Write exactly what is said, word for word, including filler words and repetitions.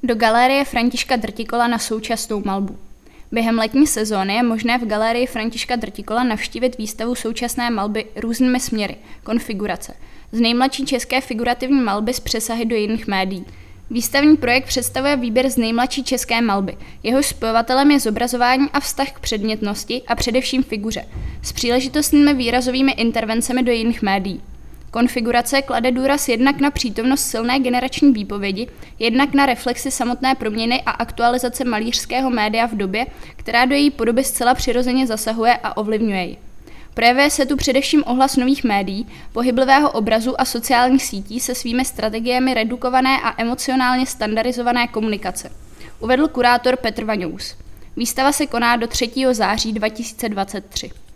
do galerie Františka Drtikola na současnou malbu. Během letní sezóny je možné v galerii Františka Drtikola navštívit výstavu současné malby různými směry, konfigurace, z nejmladší české figurativní malby s přesahy do jiných médií. Výstavní projekt představuje výběr z nejmladší české malby. Jeho spojovatelem je zobrazování a vztah k předmětnosti a především figuře, s příležitostnými výrazovými intervencemi do jiných médií. Konfigurace klade důraz jednak na přítomnost silné generační výpovědi, jednak na reflexi samotné proměny a aktualizace malířského média v době, která do její podoby zcela přirozeně zasahuje a ovlivňuje ji. Projevuje se tu především ohlas nových médií, pohyblivého obrazu a sociálních sítí se svými strategiemi redukované a emocionálně standardizované komunikace, uvedl kurátor Petr Vaňous. Výstava se koná do třetího září dva tisíce dvacet tři.